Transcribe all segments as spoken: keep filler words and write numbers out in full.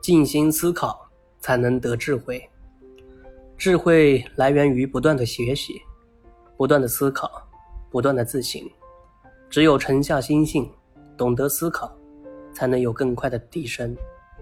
静心思考才能得智慧。智慧来源于不断的学习，不断的思考，不断的自省。只有沉下心性，懂得思考，才能有更快的提升。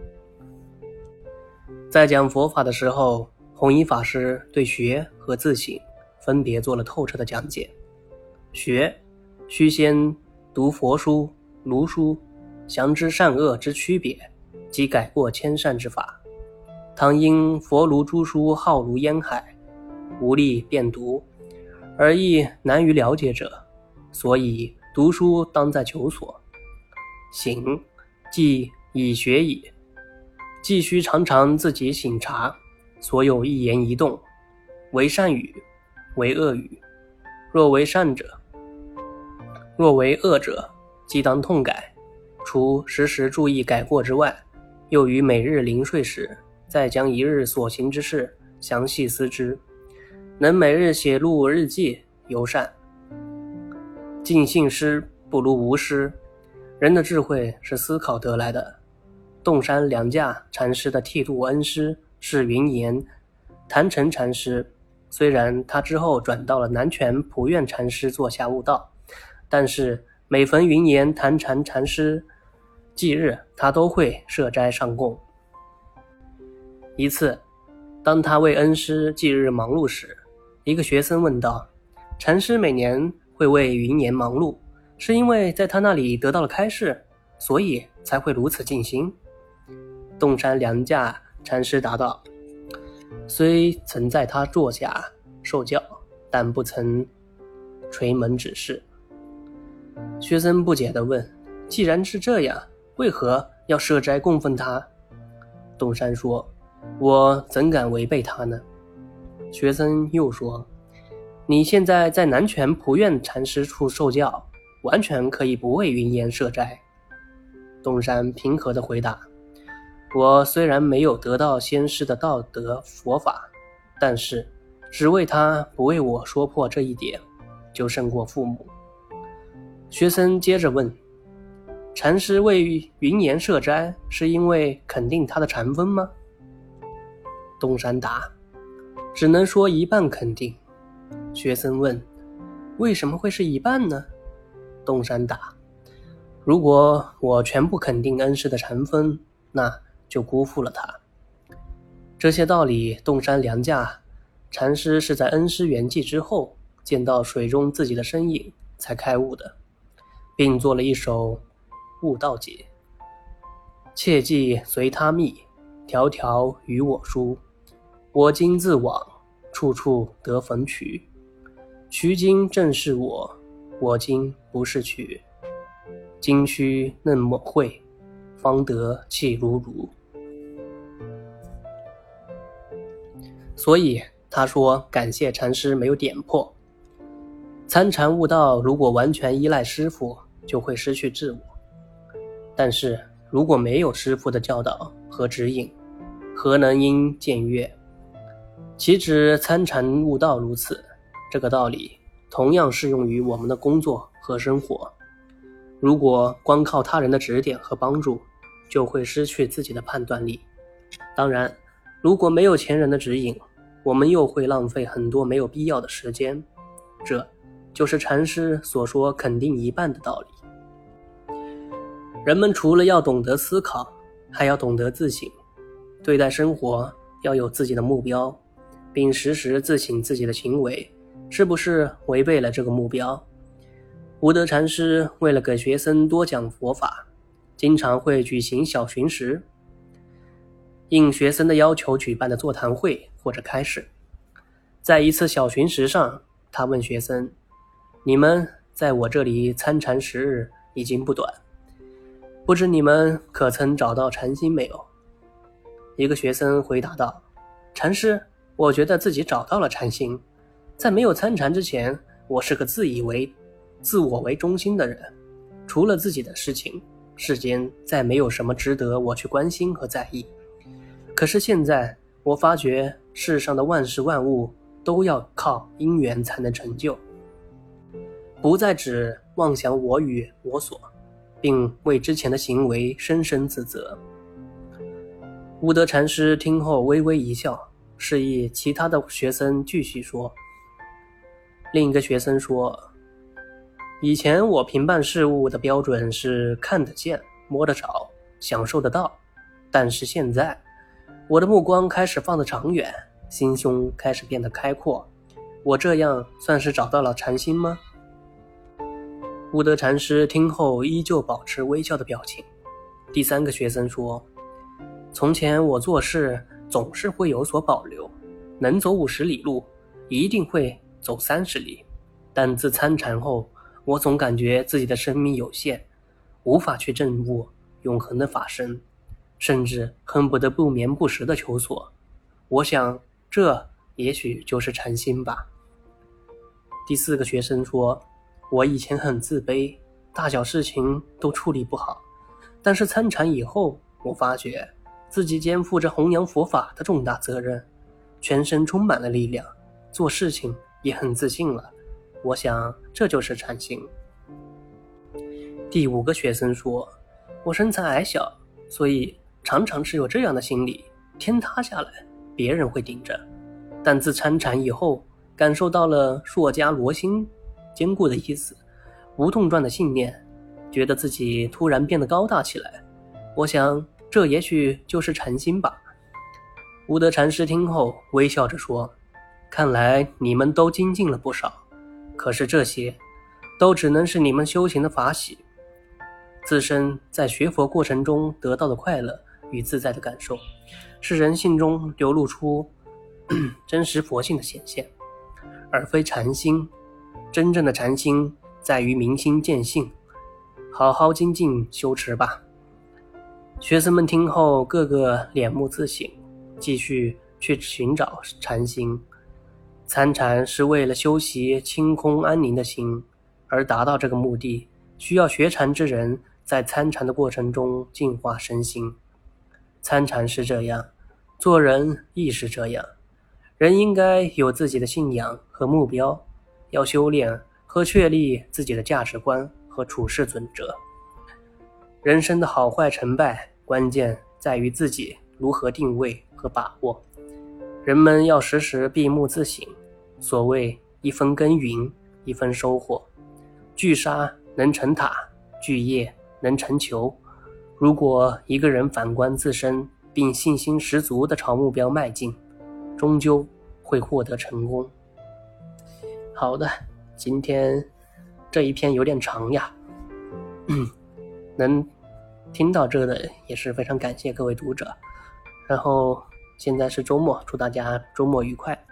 在讲佛法的时候，弘一法师对学和自省分别做了透彻的讲解。学须先读佛书、儒书，详知善恶之区别，即改过迁善之法。倘因佛儒诸书浩如烟海，无力辨读，而亦难于了解者，所以读书当在求索。省即以学矣，既须常常自己省察所有一言一动，为善语，为恶语。若为善者，若为恶者，即当痛改。除时时注意改过之外，又于每日临睡时，再将一日所行之事详细思之，能每日写录日记，尤善。尽信诗不如无诗。人的智慧是思考得来的。洞山良价禅师的剃度恩师是云岩坛城禅师，虽然他之后转到了南泉普愿禅师座下悟道，但是每逢云岩坛城禅师忌日，他都会设斋上供。一次，当他为恩师忌日忙碌时，一个学生问道：禅师每年会为云岩忙碌，是因为在他那里得到了开示，所以才会如此尽心？洞山良价禅师答道：虽曾在他座下受教，但不曾垂门指示。学生不解地问：既然是这样，为何要设斋供奉他？洞山说：我怎敢违背他呢？学生又说：你现在在南泉普愿禅师处受教，完全可以不为云岩设斋。洞山平和地回答：我虽然没有得到先师的道德佛法，但是只为他不为我说破这一点，就胜过父母。学生接着问：禅师为云岩设斋，是因为肯定他的禅风吗？东山答：只能说一半肯定。学生问：为什么会是一半呢？东山答：如果我全部肯定恩师的禅风，那就辜负了他。这些道理，洞山良价禅师是在恩师圆寂之后，见到水中自己的身影才开悟的，并做了一首悟道解。切记随他觅，条条与我书。我今自往，处处得逢渠。渠今正是我，我今不是渠。今须嫩抹会，方得气如如。所以他说感谢禅师没有点破。参禅悟道如果完全依赖师父，就会失去自我。但是如果没有师父的教导和指引，何能因见悦？岂止参禅悟道如此，这个道理同样适用于我们的工作和生活。如果光靠他人的指点和帮助，就会失去自己的判断力。当然，如果没有前人的指引，我们又会浪费很多没有必要的时间。这就是禅师所说肯定一半的道理。人们除了要懂得思考，还要懂得自省。对待生活要有自己的目标，并时时自省自己的行为是不是违背了这个目标。无德禅师为了给学生多讲佛法，经常会举行小巡时，应学生的要求举办的座谈会或者开示。在一次小巡时上，他问学生：你们在我这里参禅时日已经不短，不知你们可曾找到禅心没有？一个学生回答道：禅师，我觉得自己找到了禅心。在没有参禅之前，我是个自以为自我为中心的人，除了自己的事情，世间再没有什么值得我去关心和在意。可是现在我发觉世上的万事万物都要靠因缘才能成就，不再只妄想我与我所，并为之前的行为深深自责。 悟德禅师听后微微一笑，示意其他的学生继续说。另一个学生说，以前我评判事物的标准是看得见、摸得着、享受得到，但是现在我的目光开始放得长远，心胸开始变得开阔，我这样算是找到了禅心吗？悟德禅师听后依旧保持微笑的表情。第三个学生说，从前我做事总是会有所保留，能走五十里路一定会走三十里，但自参禅后，我总感觉自己的生命有限，无法去证悟永恒的法身，甚至恨不得不眠不食的求索。我想这也许就是禅心吧。第四个学生说，我以前很自卑，大小事情都处理不好，但是参禅以后，我发觉自己肩负着弘扬佛法的重大责任，全身充满了力量，做事情也很自信了。我想这就是禅心。第五个学生说，我身材矮小，所以常常是有这样的心理，天塌下来别人会顶着，但自参禅以后，感受到了硕迦罗心坚固的意思，无痛转的信念，觉得自己突然变得高大起来。我想这也许就是禅心吧。悟德禅师听后微笑着说，看来你们都精进了不少，可是这些都只能是你们修行的法喜，自身在学佛过程中得到的快乐与自在的感受，是人性中流露出真实佛性的显现，而非禅心。真正的禅心在于明心见性，好好精进修持吧。学生们听后个个脸目自省，继续去寻找禅心。参禅是为了修习清空安宁的心，而达到这个目的，需要学禅之人在参禅的过程中净化身心。参禅是这样，做人亦是这样。人应该有自己的信仰和目标，要修炼和确立自己的价值观和处事准则。人生的好坏成败，关键在于自己如何定位和把握。人们要时时闭目自省，所谓一分耕耘一分收获，聚沙能成塔，聚叶能成球。如果一个人反观自身，并信心十足地朝目标迈进，终究会获得成功。好的，今天这一篇有点长呀，能听到这的也是非常感谢各位读者。然后现在是周末，祝大家周末愉快。